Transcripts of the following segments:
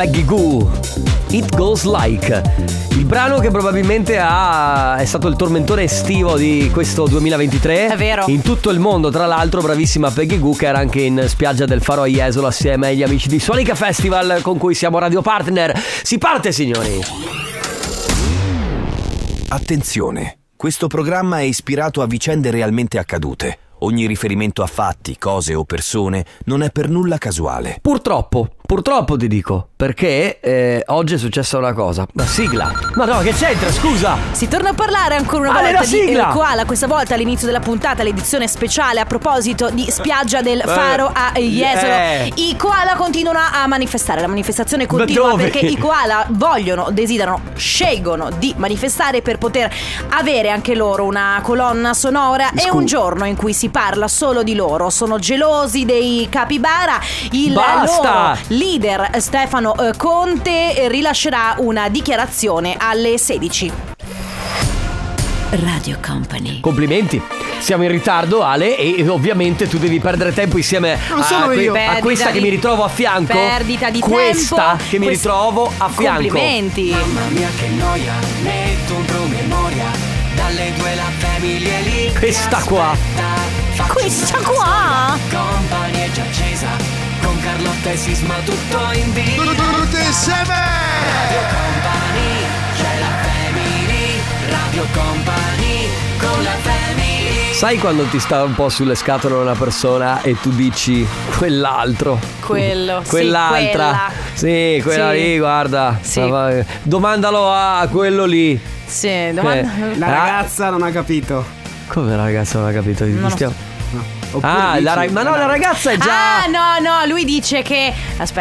Peggy Goo, It Goes Like, il brano che probabilmente è stato il tormentone estivo di questo 2023. È vero. In tutto il mondo, tra l'altro, bravissima Peggy Goo, che era anche in spiaggia del Faro a Jesolo assieme agli amici di Suonica Festival, con cui siamo radio partner. Si parte, signori. Attenzione, questo programma è ispirato a vicende realmente accadute. Ogni riferimento a fatti, cose o persone non è per nulla casuale. Purtroppo ti dico, perché oggi è successa una cosa. La sigla. Ma no, che c'entra, scusa? Si torna a parlare ancora una volta la sigla. di Koala, questa volta all'inizio della puntata, l'edizione speciale a proposito di spiaggia del Faro a Jesolo. I Koala continuano a manifestare, la manifestazione continua perché i Koala desiderano, scelgono di manifestare per poter avere anche loro una colonna sonora e un giorno in cui si parla solo di loro. Sono gelosi dei capibara. Il loro leader Stefano Conte rilascerà una dichiarazione alle 16. Radio Company. Complimenti. Siamo in ritardo, Ale, e ovviamente tu devi perdere tempo insieme a questa che mi ritrovo a fianco. Perdita di questa tempo. Che mi ritrovo a fianco. Complimenti. Mamma mia che noia, metto un promemoria. Dalle 2 la famiglia è lì. Questa qua. Questa qua. Company è già accesa. Con Carlotta e Sisma tutto in vita. Tutti insieme. Radio Company, c'è la family. Radio Company, con la family. Sai quando ti sta un po' sulle scatole una persona e tu dici quell'altro? Quell'altra. Sì, quella lì, guarda. Sì. Domandalo a quello lì. Sì, domanda. La ragazza non ha capito. Come la ragazza non ha capito? Oppure ma no, la ragazza è già. No, lui dice che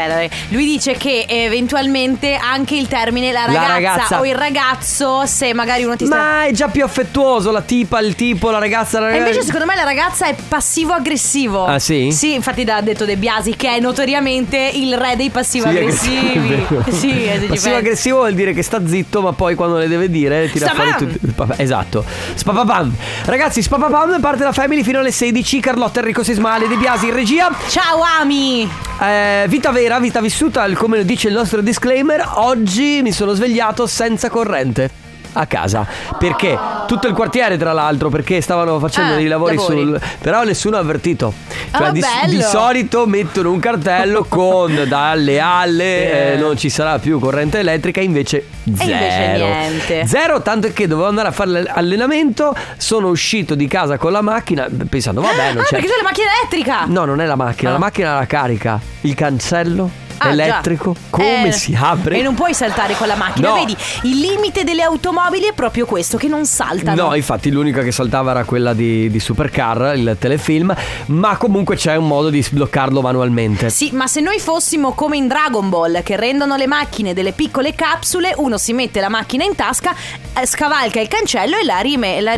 eventualmente anche il termine la ragazza o il ragazzo, se magari uno ti sta. Ma è già più affettuoso la tipa, il tipo, la ragazza. E invece secondo me la ragazza è passivo-aggressivo. Ah, sì? Sì, infatti ha detto De Biasi che è notoriamente il re dei passivo-aggressivi. Sì, passivo-aggressivo vuol dire che sta zitto, ma poi quando le deve dire tira fuori tutto. Esatto. Spapapam. Ragazzi, Spapapam parte la family fino alle 16. Carlotta, Enrico Sismale, De Biasi in regia. Ciao ami. Vita vera, vita vissuta, come dice il nostro disclaimer. Oggi mi sono svegliato senza corrente a casa, perché tutto il quartiere, tra l'altro, perché stavano facendo dei lavori. Però nessuno ha avvertito. Cioè, di solito mettono un cartello con dalle alle non ci sarà più corrente elettrica, invece niente. Zero, tanto che dovevo andare a fare l'allenamento. Sono uscito di casa con la macchina pensando vabbè, non c'è. Perché c'è la macchina elettrica? No, non è la macchina, la macchina la carica. Il cancello elettrico, come si apre? E non puoi saltare con la macchina. No. Vedi, il limite delle automobili è proprio questo, che non saltano. No, infatti l'unica che saltava era quella di Supercar, il telefilm. Ma comunque c'è un modo di sbloccarlo manualmente. Sì, ma se noi fossimo come in Dragon Ball, che rendono le macchine delle piccole capsule, uno si mette la macchina in tasca, scavalca il cancello e la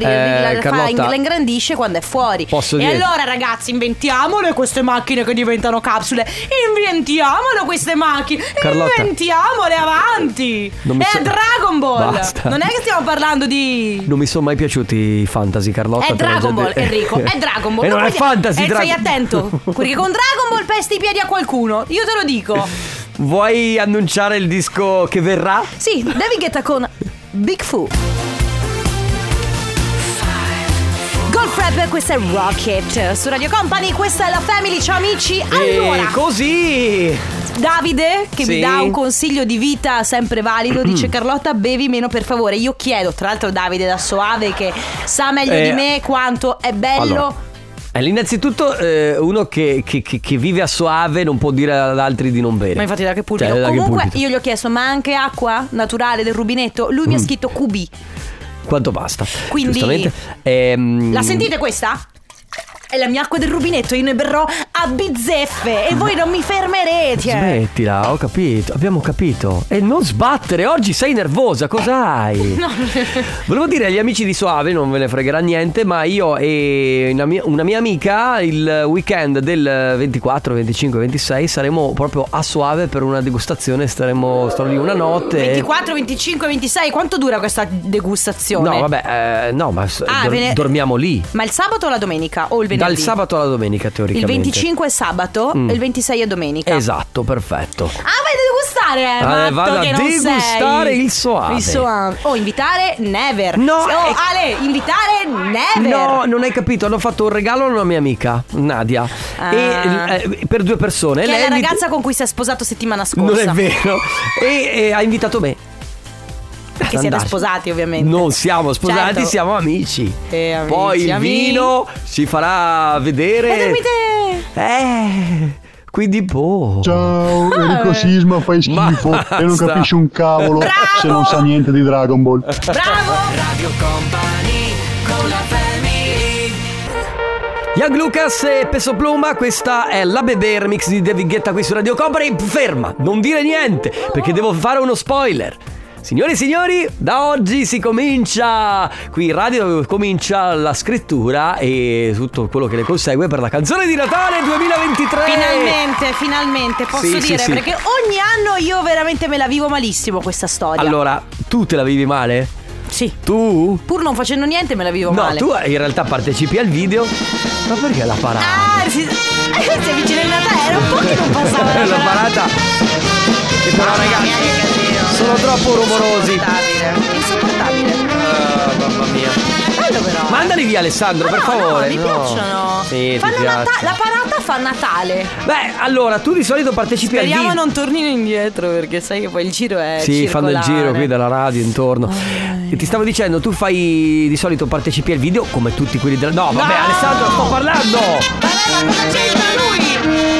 ingrandisce quando è fuori. Posso dire? dire? Allora ragazzi, inventiamole queste macchine che diventano capsule. Inventiamole queste macchine. Carlotta, inventiamole, avanti. È Dragon Ball. Basta. Non è che stiamo parlando di. Non mi sono mai piaciuti i fantasy, Carlotta. È Dragon Ball, Enrico. È Dragon Ball. E non è fantasy, stai attento, perché con Dragon Ball pesti i piedi a qualcuno. Io te lo dico. Vuoi annunciare il disco che verrà? Sì, David Guetta con Bigfoot. Goldfrapp, questa è Rocket su Radio Company, questa è la Family, ciao amici. Allora, così Davide, che mi dà un consiglio di vita sempre valido, dice Carlotta, bevi meno per favore. Io chiedo, tra l'altro Davide da Soave, che sa meglio di me quanto è bello. Allora, innanzitutto uno che vive a Soave non può dire ad altri di non bere. Ma infatti da che pulpito? Comunque io gli ho chiesto, ma anche acqua naturale del rubinetto? Lui mi ha scritto QB. Quanto basta? Quindi la sentite questa? È la mia acqua del rubinetto, io ne berrò a bizzeffe e voi non mi fermerete. Smettila, ho capito, abbiamo capito. E non sbattere, oggi sei nervosa, cos'hai? No. Volevo dire agli amici di Soave, non ve ne fregherà niente, ma io e una mia amica il weekend del 24, 25, 26 saremo proprio a Soave per una degustazione, staremo lì una notte. 24, 25, 26, quanto dura questa degustazione? No, vabbè, no, ma dormiamo lì. Ma il sabato o la domenica o il venerdì? Dal sabato alla domenica teoricamente. Il 25 è sabato e il 26 è domenica. Esatto, perfetto. Ah, vai a degustare? matto vado che a non degustare sei. il soave. O invitare never. No, Ale, invitare never. No, non hai capito. Hanno fatto un regalo a una mia amica, Nadia, per 2 persone. Che lei è la ragazza con cui si è sposato settimana scorsa. Non è vero. E ha invitato me. Perché siete sposati, ovviamente. Non siamo sposati, certo. Siamo amici. Amici. Poi il vino si farà vedere. E dormite. Quindi Ciao, Enrico Sisma, fai schifo Basta. e non capisci un cavolo. Bravo. Se non sa niente di Dragon Ball. Bravo. Radio Company con la family. Young Lucas e Peso Pluma, questa è la Bebè remix di David Guetta qui su Radio Company. Ferma, non dire niente, perché devo fare uno spoiler. Signori e signori, da oggi si comincia, qui in radio comincia la scrittura e tutto quello che ne consegue per la canzone di Natale 2023. Finalmente, posso dire, sì. perché ogni anno io veramente me la vivo malissimo questa storia. Allora, tu te la vivi male? Sì. Tu? Pur non facendo niente me la vivo No, male. tu in realtà partecipi al video. Ma perché la parata? Sei vicino al Natale, era un po' che non passava La parata. Che però ragazzi sono troppo rumorosi. Insopportabile. Mamma mia. Bello però. Mandali via Alessandro, per favore. No, mi piacciono. Sì, Fanno ti piace. La parata fa Natale. Beh, allora, tu di solito partecipi al Speriamo video. non tornino indietro, perché sai che poi il giro è Sì, fanno il circolare. giro qui dalla radio intorno. E ti stavo dicendo, tu fai di solito partecipi al video come tutti quelli della. No, vabbè, No! Alessandro, sto parlando. Ma cosa c'entra lui?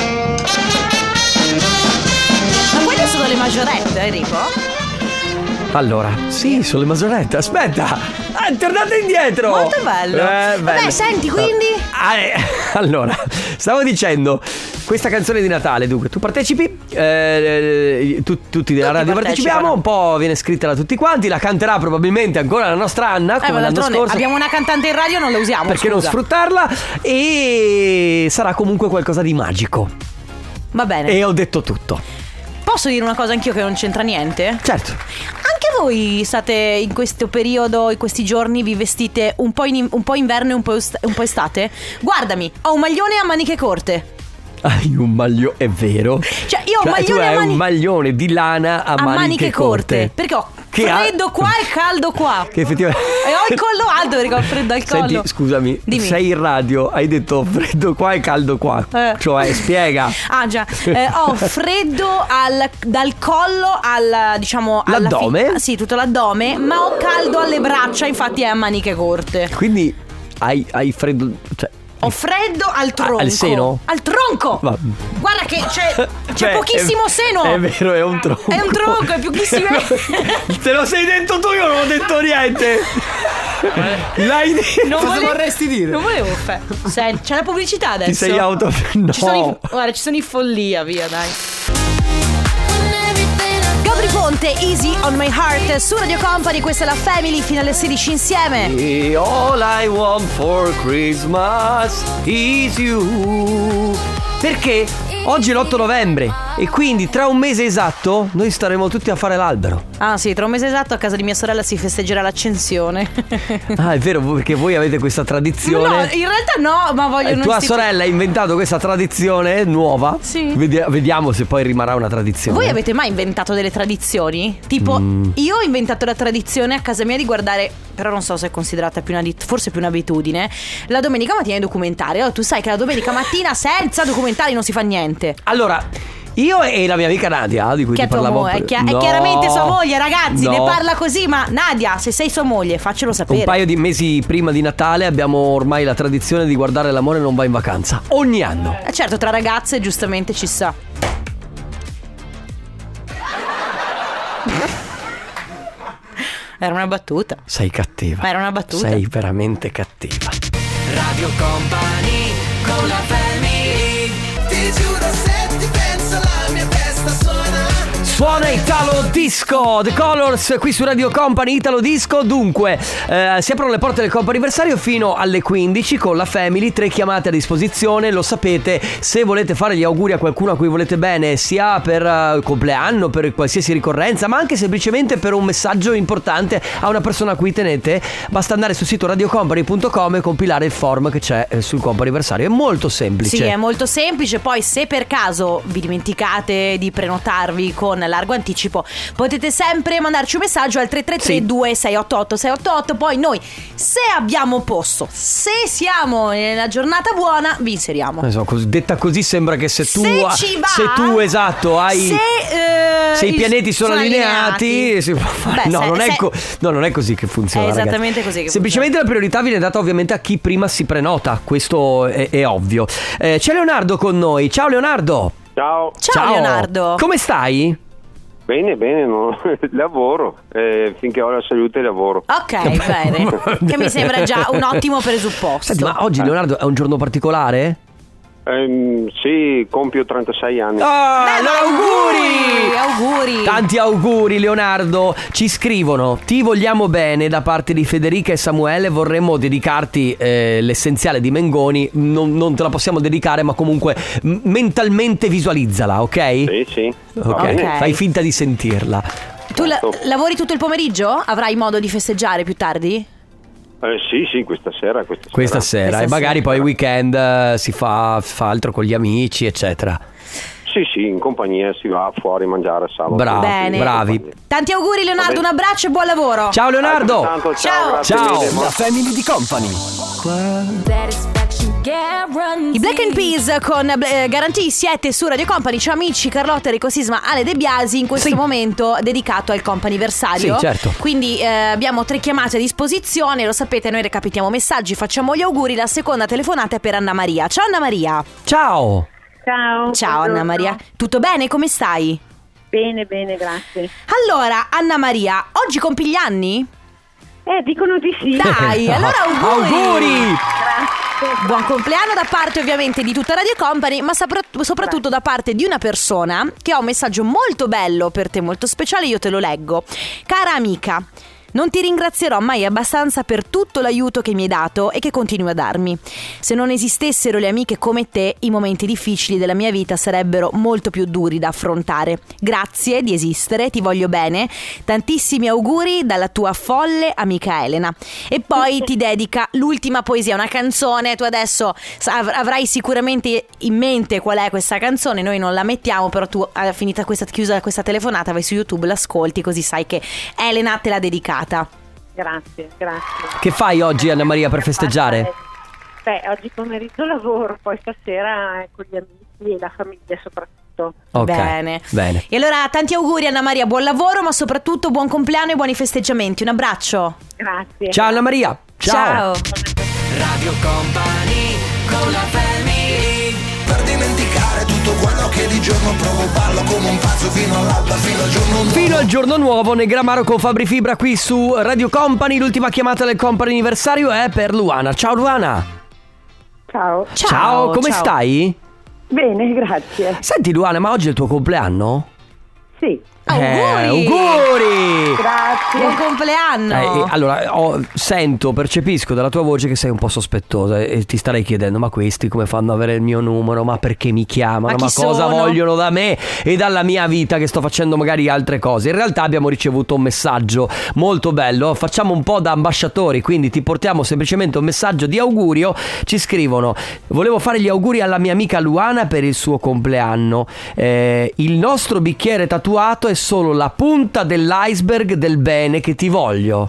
Ma quelle sono le maggiorette, Enrico? Allora, sì, sono le masorette. Aspetta, tornate indietro. Molto bello. Bello. Vabbè, senti, quindi? Allora, stavo dicendo, questa canzone di Natale, dunque, tu partecipi, tutti della radio partecipiamo, un po' viene scritta da tutti quanti, la canterà probabilmente ancora la nostra Anna, come Ma l'anno d'altronde scorso. abbiamo una cantante in radio, non la usiamo. Perché non scusa. sfruttarla? E sarà comunque qualcosa di magico. Va bene. E ho detto tutto. Posso dire una cosa anch'io che non c'entra niente? Certo. Anche voi state in questo periodo, in questi giorni, vi vestite un po' inverno e un po' estate? Guardami, ho un maglione a maniche corte. Hai un maglione, è vero? Cioè io ho un maglione tu hai a un maglione di lana a maniche corte. Perché ho Che freddo qua e caldo qua. Che effettivamente. E ho il collo alto perché ho freddo al collo. Senti, scusami, Dimmi. sei in radio, hai detto freddo qua e caldo qua. Cioè, spiega. Ah già, ho freddo dal collo al, diciamo, l'addome? sì, tutto l'addome, ma ho caldo alle braccia, infatti è a maniche corte. Quindi hai freddo, cioè. Ho freddo al tronco. Al seno? Al tronco. Ma- Guarda che c'è Beh, pochissimo seno. È vero, è un tronco. È un tronco, è pochissimo. Te lo sei detto tu, io non ho detto niente. L'hai detto. Cosa vorresti dire? Non volevo Senti, c'è la pubblicità adesso. Ti sei auto. No. Guarda, ci sono i follia, via, dai. Gabri Ponte, Easy on My Heart su Radio Company, questa è la Family fino alle 16 insieme. All I want for Christmas is you. Perché oggi è l'8 novembre e quindi tra un mese esatto noi staremo tutti a fare l'albero. Ah sì, tra un mese esatto a casa di mia sorella si festeggerà l'ascensione. Ah, è vero, perché voi avete questa tradizione. No, in realtà no, ma voglio Tua sorella ha inventato questa tradizione nuova. Sì. Vediamo se poi rimarrà una tradizione. Voi avete mai inventato delle tradizioni? Tipo, io ho inventato la tradizione a casa mia di guardare, però non so se è considerata forse più un'abitudine, la domenica mattina i documentari. Allora, tu sai che la domenica mattina senza documentari non si fa niente. Allora, io e la mia amica Nadia, di cui Che ti è tua parlavo. moglie, è chiaramente sua moglie, ragazzi, No. ne parla così, ma Nadia, se sei sua moglie, faccelo sapere. Un paio di mesi prima di Natale abbiamo ormai la tradizione di guardare L'amore non va in vacanza. Ogni anno. Certo, tra ragazze giustamente ci sta. Era una battuta. Sei cattiva. Ma era una battuta. Sei veramente cattiva. Radio Company con la family. Ti giuro se ti penso la mia testa suona. Suona Italo Disco, The Colors qui su Radio Company, Italo Disco. Dunque, si aprono le porte del comp'anniversario fino alle 15 con la Family, 3 chiamate a disposizione, lo sapete. Se volete fare gli auguri a qualcuno a cui volete bene, sia per compleanno, per qualsiasi ricorrenza, ma anche semplicemente per un messaggio importante a una persona a cui tenete, basta andare sul sito radiocompany.com e compilare il form che c'è sul comp'anniversario. È molto semplice. Sì, è molto semplice. Poi se per caso vi dimenticate di prenotarvi con largo anticipo. Potete sempre mandarci un messaggio al 333-2688-688. Poi noi, se abbiamo posto, se siamo nella giornata buona, vi inseriamo. Detta così sembra che se tu esatto hai se i pianeti sono allineati si può fare. Non è così che funziona. È esattamente ragazzi. così che semplicemente funziona. La priorità viene data ovviamente a chi prima si prenota. Questo è ovvio. C'è Leonardo con noi. Ciao Leonardo. Ciao. Ciao Leonardo. Come stai? Bene, lavoro, finché ho la salute lavoro. Ok, bene. Che mi sembra già un ottimo presupposto. Senti, ma oggi Leonardo è un giorno particolare? Sì, compio 36 anni. Allora auguri! Tanti auguri Leonardo. Ci scrivono: ti vogliamo bene da parte di Federica e Samuele. Vorremmo dedicarti l'essenziale di Mengoni. Non te la possiamo dedicare, ma comunque mentalmente visualizzala, ok? Sì. Ok. Fai finta di sentirla. Tu lavori tutto il pomeriggio? Avrai modo di festeggiare più tardi? Sì, questa sera. E magari poi il weekend si fa altro con gli amici, eccetera. Sì, in compagnia si va fuori a mangiare sabato. Bravi. Tanti auguri Leonardo, un abbraccio e buon lavoro. Ciao Leonardo. Ciao. La Family di Company. I Black Eyed Peas con Guarantee, siete su Radio Company. Ciao amici, Carlotta, Enrico Sisma, Ale De Biasi. In questo momento dedicato al comp'anniversario. Sì, certo. Quindi abbiamo 3 chiamate a disposizione. Lo sapete, noi recapitiamo messaggi, facciamo gli auguri. La seconda telefonata è per Anna Maria. Ciao Anna Maria. Ciao Ciao Anna Maria. Tutto bene? Come stai? Bene, grazie. Allora Anna Maria, oggi compi gli anni? Dicono di sì. Dai, allora auguri. Grazie. Buon compleanno da parte ovviamente di tutta Radio Company, ma soprattutto da parte di una persona che ha un messaggio molto bello per te, molto speciale. Io te lo leggo. Cara amica, non ti ringrazierò mai abbastanza per tutto l'aiuto che mi hai dato e che continui a darmi. Se non esistessero le amiche come te, i momenti difficili della mia vita sarebbero molto più duri da affrontare. Grazie di esistere, ti voglio bene. Tantissimi auguri dalla tua folle amica Elena. E poi ti dedica l'ultima poesia, una canzone. Tu adesso avrai sicuramente in mente qual è questa canzone. Noi non la mettiamo, però tu, chiusa questa telefonata, vai su YouTube, l'ascolti, così sai che Elena te l'ha dedicata. Grazie. Che fai oggi Anna Maria per festeggiare? Oggi pomeriggio lavoro, poi stasera con gli amici e la famiglia soprattutto. Okay, bene. E allora tanti auguri Anna Maria, buon lavoro, ma soprattutto buon compleanno e buoni festeggiamenti. Un abbraccio. Grazie. Ciao Anna Maria. Ciao. Radio Company con la Family. Per dimenticare tutto quello che di giorno provo, ballo come un pazzo fino all'alba, fino al giorno nuovo. Fino al giorno nuovo, Negramaro con Fabri Fibra qui su Radio Company. L'ultima chiamata del company anniversario è per Luana. Ciao Luana. Ciao, come stai? Bene, grazie. Senti Luana, ma oggi è il tuo compleanno? Sì. Auguri. Grazie. Buon compleanno. Allora percepisco dalla tua voce che sei un po' sospettosa e ti starei chiedendo: ma questi come fanno ad avere il mio numero? Ma perché mi chiamano? Ma cosa sono? vogliono da me e dalla mia vita, che sto facendo magari altre cose? In realtà abbiamo ricevuto un messaggio molto bello. Facciamo un po' da ambasciatori, quindi ti portiamo semplicemente un messaggio di augurio. Ci scrivono: volevo fare gli auguri alla mia amica Luana per il suo compleanno. Il nostro bicchiere tatuato è solo la punta dell'iceberg del bene che ti voglio.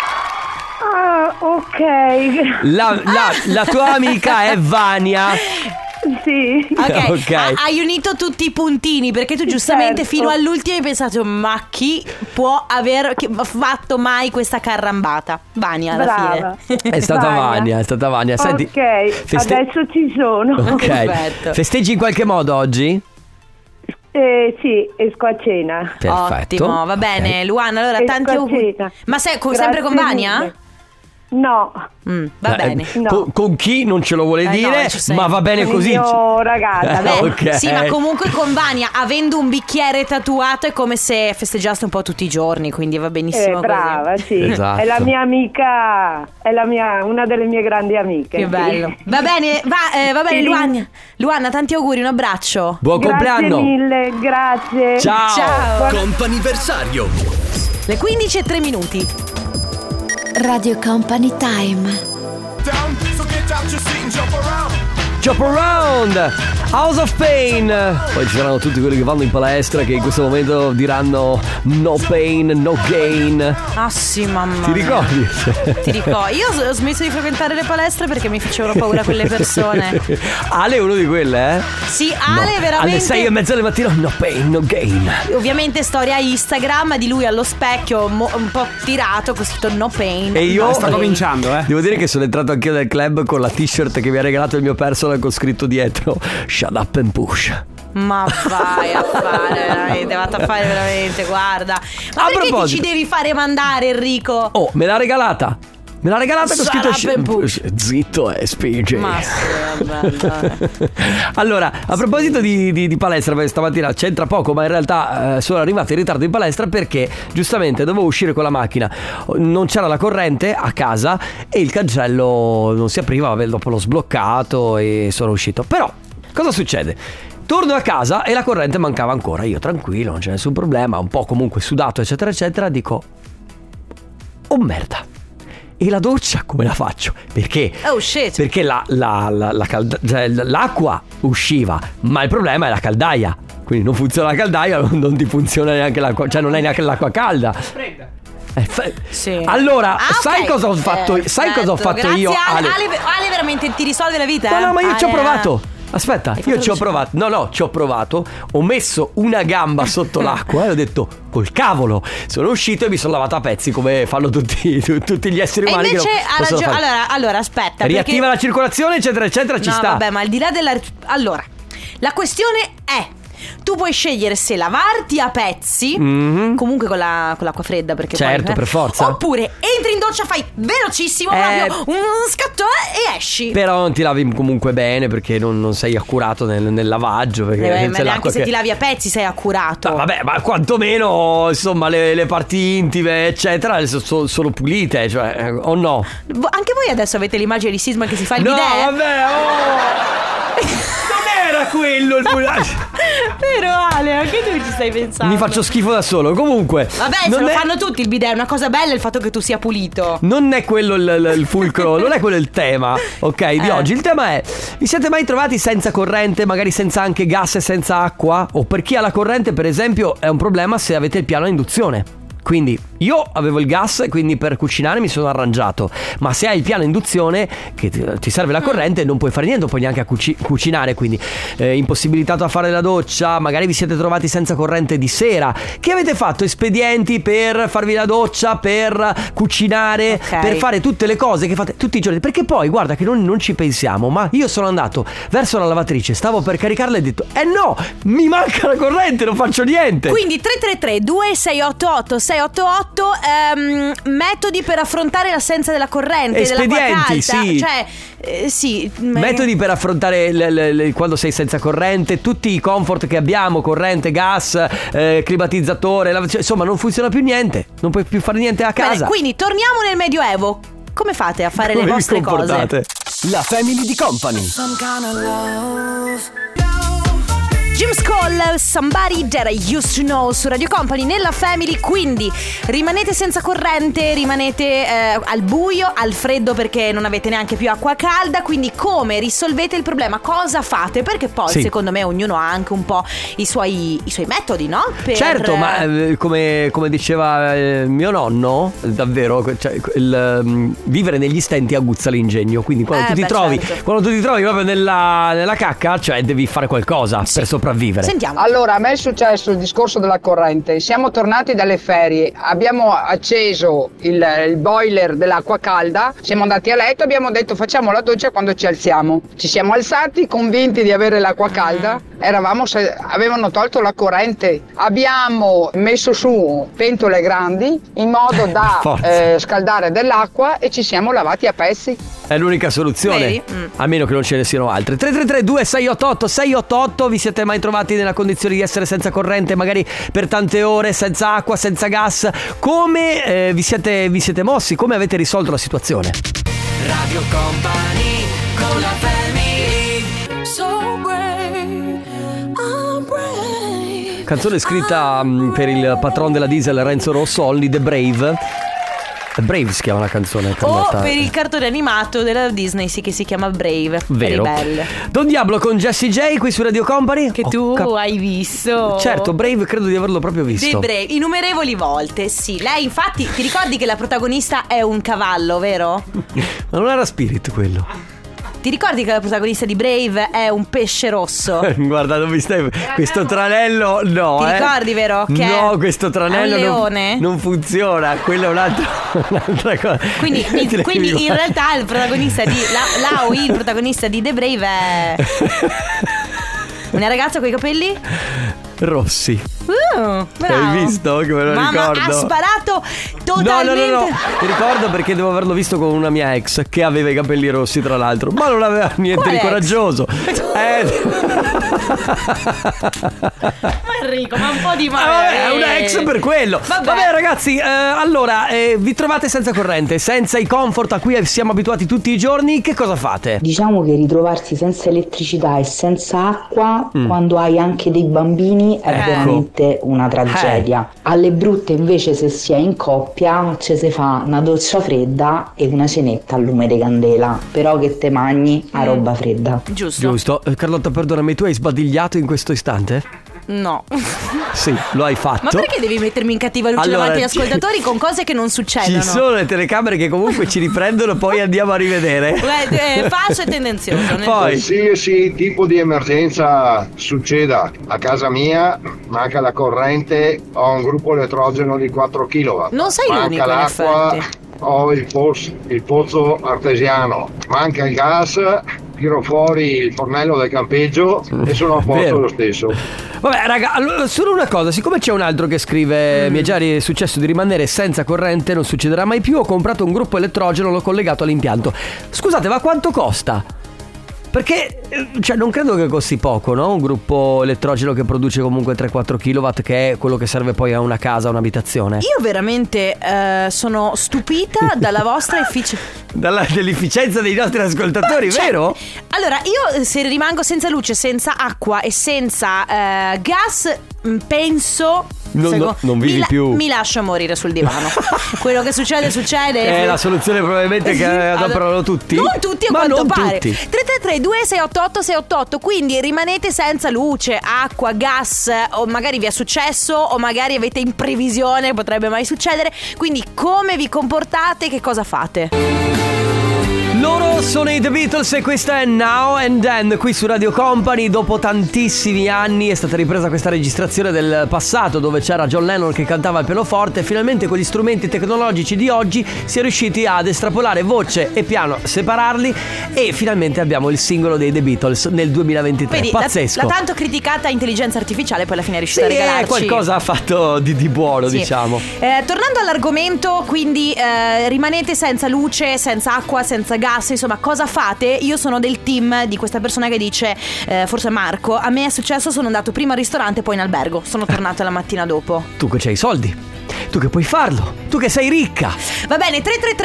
Ok. La tua amica è Vania. Sì. Ok. Hai unito tutti i puntini, perché tu giustamente fino all'ultimo hai pensato: ma chi può aver fatto mai questa carrambata? Vania alla fine. È stata Vania. Senti, ok, adesso ci sono. Ok. Perfetto. Festeggi in qualche modo oggi? Sì, esco a cena. Perfetto. Ottimo, va bene. Okay. Luana, allora Esco tanti a auguri. cena. Ma sei sempre con Vania? Mille. No. Va bene. No. Con chi non ce lo vuole dire, no, ma va bene Con così. il mio ragazzo. Vabbè, Ok. sì, ma comunque con Vania, avendo un bicchiere tatuato, è come se festeggiaste un po' tutti i giorni, quindi va benissimo brava, così. sì. Esatto. È la mia amica, una delle mie grandi amiche. Che bello. Sì. Va bene, Sì. Luana, tanti auguri, un abbraccio. Buon compleanno. Grazie mille, grazie. Ciao. Comp'anniversario. Le 15:03. Radio Company Time. Jump Around, House of Pain. Poi ci saranno tutti quelli che vanno in palestra che in questo momento diranno no pain, no gain. Ah sì, mamma. Ti ricordi? Ti ricordo. Io ho smesso di frequentare le palestre perché mi facevano paura quelle persone. Ale è uno di quelle, eh? Sì, Ale no. veramente. Alle 6:30 del mattino, no pain, no gain. Ovviamente storia Instagram di lui allo specchio un po' tirato con scritto no pain. E io sta cominciando, Devo dire che sono entrato anch'io nel club con la t-shirt che mi ha regalato il mio personal con scritto dietro Shut up and push. Ma vai a fare veramente, vado a fare veramente, guarda. Ma perché ti ci devi fare mandare, Enrico? Oh, me l'ha regalata con scritto zitto e spingi. Ma sì, vabbè. Allora, a proposito di palestra, perché stamattina c'entra poco, ma in realtà sono arrivato in ritardo in palestra perché giustamente dovevo uscire con la macchina. Non c'era la corrente a casa e il cancello non si apriva, dopo l'ho sbloccato e sono uscito. Però, cosa succede? Torno a casa e la corrente mancava ancora. Io tranquillo, non c'è nessun problema, un po' comunque sudato eccetera eccetera. Dico, oh merda, e la doccia come la faccio? Perché? Oh shit. Perché l'acqua usciva, ma il problema è la caldaia. Quindi non funziona la caldaia, non ti funziona neanche l'acqua, cioè non hai neanche l'acqua calda. Fredda. Sì. Allora, sai okay. cosa ho fatto? Sai cosa ho fatto io? Ale veramente ti risolve la vita. No, ma io ci ho provato. Aspetta, io ci ho provato. No, ci ho provato. Ho messo una gamba sotto l'acqua e ho detto, col cavolo. Sono uscito e mi sono lavato a pezzi come fanno tutti gli esseri umani. E invece ha ragione. Allora aspetta. Riattiva la circolazione, eccetera, eccetera, ci sta. Vabbè, ma al di là della. Allora, la questione è: tu puoi scegliere se lavarti a pezzi, comunque con l'acqua fredda, perché certo, poi, per forza. oppure entri in doccia, fai velocissimo proprio un scatto e esci. Però non ti lavi comunque bene perché non sei accurato nel lavaggio, perché ma anche se ti lavi a pezzi sei accurato. No, vabbè, ma quantomeno insomma le parti intime eccetera sono pulite, cioè, o no? Anche voi adesso avete l'immagine di Sisma che si fa il bidet? No, vabbè, non era quello il Vero Ale, anche tu ci stai pensando. Mi faccio schifo da solo. Comunque, vabbè, lo fanno tutti il bidet. È una cosa bella il fatto che tu sia pulito. Non è quello il fulcro. Non è quello il tema, ok, di oggi. Il tema è: vi siete mai trovati senza corrente, magari senza anche gas e senza acqua? O per chi ha la corrente, per esempio, è un problema se avete il piano a induzione. Quindi io avevo il gas e quindi per cucinare mi sono arrangiato. Ma se hai il piano a induzione che ti serve la corrente, non puoi fare niente, non puoi neanche cucinare. Quindi impossibilitato a fare la doccia. Magari vi siete trovati senza corrente di sera. Che avete fatto? Espedienti per farvi la doccia, per cucinare, per fare tutte le cose che fate tutti i giorni. Perché poi guarda che non ci pensiamo, ma io sono andato verso la lavatrice, stavo per caricarla e ho detto no, mi manca la corrente, non faccio niente. Quindi 333-2688-688 metodi per affrontare l'assenza della corrente, espedienti, dell'acqua calda. Sì. Cioè sì, metodi per affrontare quando sei senza corrente, tutti i comfort che abbiamo, corrente, gas, climatizzatore, insomma non funziona più niente, non puoi più fare niente a casa. Bene, quindi torniamo nel Medioevo. Come fate a fare le vostre cose? La Family di Company. James Cole, Somebody That I Used To Know su Radio Company nella Family. Quindi rimanete senza corrente, rimanete al buio, al freddo perché non avete neanche più acqua calda. Quindi come risolvete il problema? Cosa fate? Perché poi secondo me ognuno ha anche un po' i suoi metodi, no? Certo, ma come diceva mio nonno, davvero, cioè, vivere negli stenti aguzza l'ingegno. Quindi quando tu ti trovi proprio nella cacca, cioè devi fare qualcosa per sopravvivere. Sentiamo. Allora, a me è successo il discorso della corrente. Siamo tornati dalle ferie, abbiamo acceso il boiler dell'acqua calda, siamo andati a letto, abbiamo detto facciamo la doccia quando ci alziamo. Ci siamo alzati convinti di avere l'acqua calda, avevano tolto la corrente, abbiamo messo su pentole grandi in modo da scaldare dell'acqua e ci siamo lavati a pezzi. È l'unica soluzione, a meno che non ce ne siano altre. 333-2688-688. Vi siete mai trovati nella condizione di essere senza corrente, magari per tante ore, senza acqua, senza gas? Come vi siete mossi? Come avete risolto la situazione? Radio Company con la Family. So brave, I'm brave. Canzone scritta per il patron della diesel Renzo Rosso, Only the Brave. Brave si chiama la canzone, O Carlotta. per il cartone animato della Disney, sì, che si chiama Brave. Vero. Ribelle. Don Diablo con Jessie J qui su Radio Company. Che tu hai visto. Certo, Brave credo di averlo proprio visto. Brave, innumerevoli volte, sì. Lei infatti, ti ricordi che la protagonista è un cavallo, vero? Ma non era Spirit quello. Ti ricordi che la protagonista di Brave è un pesce rosso? Guarda, non mi stai. Questo tranello no. Ti ricordi, vero? Che no, questo tranello è un leone? non funziona. Quello è un'altra cosa. Quindi in realtà il protagonista di Laui, il protagonista di The Brave è una ragazza con i capelli rossi. bravo. Hai visto che me lo Mamma, ricordo? ha sparato totalmente. No. Mi ricordo perché devo averlo visto con una mia ex che aveva i capelli rossi, tra l'altro. Ma non aveva niente Qual di ex? coraggioso. Ma Enrico, ma un po' di male. È una ex per quello. Vabbè ragazzi, allora vi trovate senza corrente, senza i comfort a cui siamo abituati tutti i giorni. Che cosa fate? Diciamo che ritrovarsi senza elettricità e senza acqua quando hai anche dei bambini è veramente una tragedia. Alle brutte invece, se si è in coppia, ci si fa una doccia fredda e una cenetta al lume di candela, però che te magni a roba fredda. Giusto. Carlotta, perdonami, tu hai sbadigliato in questo istante? No. Sì, lo hai fatto. Ma perché devi mettermi in cattiva luce Allora, davanti agli ascoltatori con cose che non succedono? Ci sono le telecamere che comunque ci riprendono, poi andiamo a rivedere. Falso e tendenzioso. Qualsiasi tipo di emergenza succeda a casa mia, manca la corrente, ho un gruppo elettrogeno di 4 kW. Non sei manca l'unico, in l'acqua, effetti. ho il pozzo artesiano, manca il gas, tiro fuori il fornello del campeggio e sono a posto lo stesso. Vabbè raga, allora, solo una cosa, siccome c'è un altro che scrive mi è già successo di rimanere senza corrente, non succederà mai più, ho comprato un gruppo elettrogeno, l'ho collegato all'impianto. Scusate, ma quanto costa? Perché, cioè, non credo che costi poco, no? Un gruppo elettrogeno che produce comunque 3-4 kW, che è quello che serve poi a una casa, a un'abitazione. Io veramente sono stupita dalla vostra efficienza. Dell'efficienza dei nostri ascoltatori, vero? Allora, io se rimango senza luce, senza acqua e senza gas, penso... non vivi più. Mi lascio morire sul divano. Quello che succede. È la soluzione probabilmente che adoperano tutti. Non tutti, a ma quanto non pare. tutti. 333-2688-688. Quindi rimanete senza luce, acqua, gas, o magari vi è successo, o magari avete in previsione, potrebbe mai succedere. Quindi come vi comportate, che cosa fate? Loro sono i The Beatles e questa è Now and Then qui su Radio Company. Dopo tantissimi anni è stata ripresa questa registrazione del passato, dove c'era John Lennon che cantava il pianoforte. Finalmente con gli strumenti tecnologici di oggi si è riusciti ad estrapolare voce e piano, separarli, e finalmente abbiamo il singolo dei The Beatles nel 2023. Vedi, pazzesco. la tanto criticata intelligenza artificiale poi alla fine è riuscita a regalarci qualcosa ha fatto di buono, sì. diciamo. Tornando all'argomento, quindi rimanete senza luce, senza acqua, senza gas, insomma, cosa fate? Io sono del team di questa persona che dice, forse Marco, a me è successo, sono andato prima al ristorante, poi in albergo, sono tornato la mattina dopo. Tu che c'hai i soldi, tu che puoi farlo, tu che sei ricca. Va bene,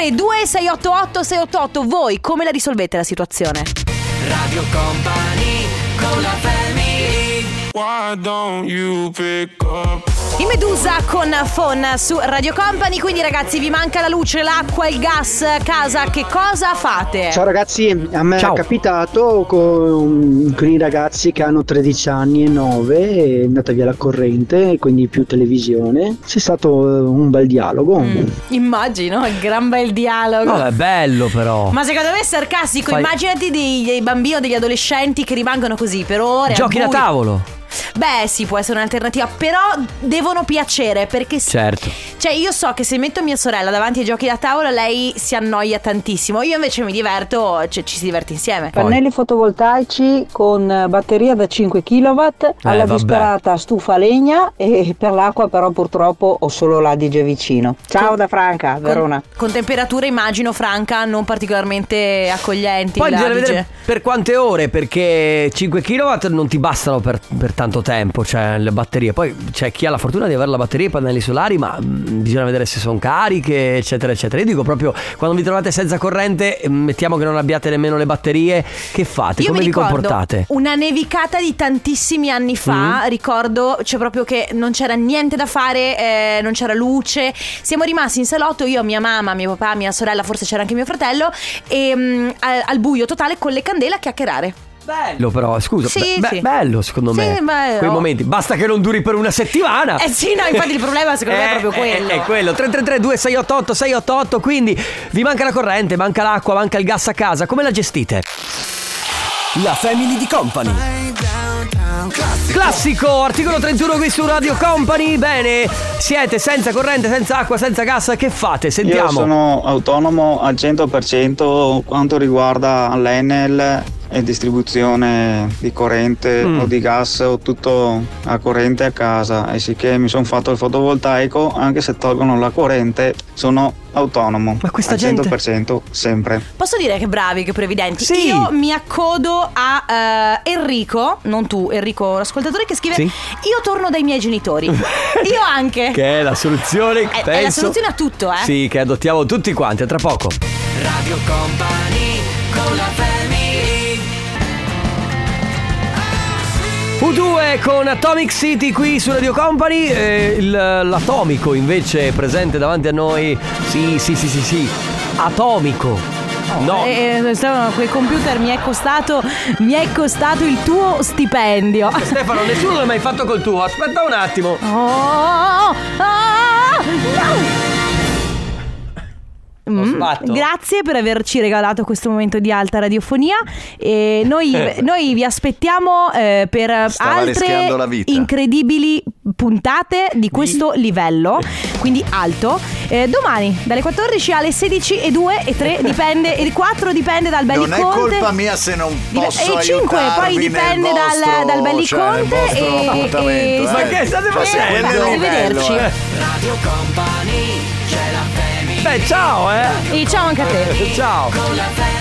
333-2688-688, voi come la risolvete la situazione? Radio Company con la family. Why don't you pick up? I Medusa con Phone su Radio Company. Quindi ragazzi, vi manca la luce, l'acqua, il gas, casa, che cosa fate? Ciao ragazzi, a me è capitato con i ragazzi che hanno 13 anni e 9, è andata via la corrente, quindi più televisione. C'è stato un bel dialogo. Immagino, gran bel dialogo. Oh, è bello però. Ma secondo me è sarcastico. Immaginati dei bambini o degli adolescenti che rimangono così per ore. Giochi da tavolo. Beh, sì, può essere un'alternativa, però devono piacere, perché certo. Cioè, io so che se metto mia sorella davanti ai giochi da tavolo, lei si annoia tantissimo. Io invece mi diverto, cioè ci si diverte insieme. Pannelli fotovoltaici con batteria da 5 kW, alla disperata stufa a legna, e per l'acqua però purtroppo ho solo l'Adige vicino. Ciao da Franca, Verona. Con temperature, immagino, Franca, non particolarmente accoglienti. Poi bisogna vedere per quante ore, perché 5 kW non ti bastano per tanto tempo, cioè le batterie. Poi c'è chi ha la fortuna di avere la batteria e i pannelli solari, ma bisogna vedere se sono cariche, eccetera eccetera. Io dico proprio, quando vi trovate senza corrente, mettiamo che non abbiate nemmeno le batterie, che fate? Io come mi vi ricordo comportate? Una nevicata di tantissimi anni fa, ricordo, cioè proprio che non c'era niente da fare, non c'era luce, siamo rimasti in salotto, io, mia mamma, mio papà, mia sorella, forse c'era anche mio fratello, e al buio totale con le candele a chiacchierare. Bello però, scusa, sì. bello secondo me, bello. quei momenti, basta che non duri per una settimana. Sì, no, infatti il problema secondo me è proprio quello. È quello. 333-2688-688. Quindi vi manca la corrente, manca l'acqua, manca il gas a casa, come la gestite? La Family di Company. Classico, articolo 31 qui su Radio Company. Bene, siete senza corrente, senza acqua, senza gas, che fate? Sentiamo. Io sono autonomo al 100% quanto riguarda l'Enel e distribuzione di corrente o di gas o tutto a corrente a casa, e sì che mi sono fatto il fotovoltaico, anche se tolgono la corrente sono autonomo. Ma questa al gente 100% sempre. Posso dire che bravi, che previdenti. Sì. Io mi accodo a Enrico, non tu, Enrico l'ascoltatore, che scrive: sì, io torno dai miei genitori. Io anche. Che è la soluzione, penso. È la soluzione a tutto, Sì, che adottiamo tutti quanti, a tra poco. Radio Company con la family. U2 con Atomic City qui su Radio Company. L'atomico invece è presente davanti a noi. Sì. Atomico. No. Quel computer mi è costato il tuo stipendio. Stefano, nessuno l'ha mai fatto col tuo. Aspetta un attimo. No. Grazie per averci regalato questo momento di alta radiofonia, e noi vi aspettiamo per altre incredibili puntate di questo livello, quindi alto, domani dalle 14 alle 16:02 e 3 dipende, e 4 dipende dal Belliconte. Non è colpa mia se non posso e 5 poi dipende dal Belliconte, e ma che state facendo? Arrivederci. Radio Company c'è la family. Beh, ciao, E ciao anche a te. Ciao. Con la family.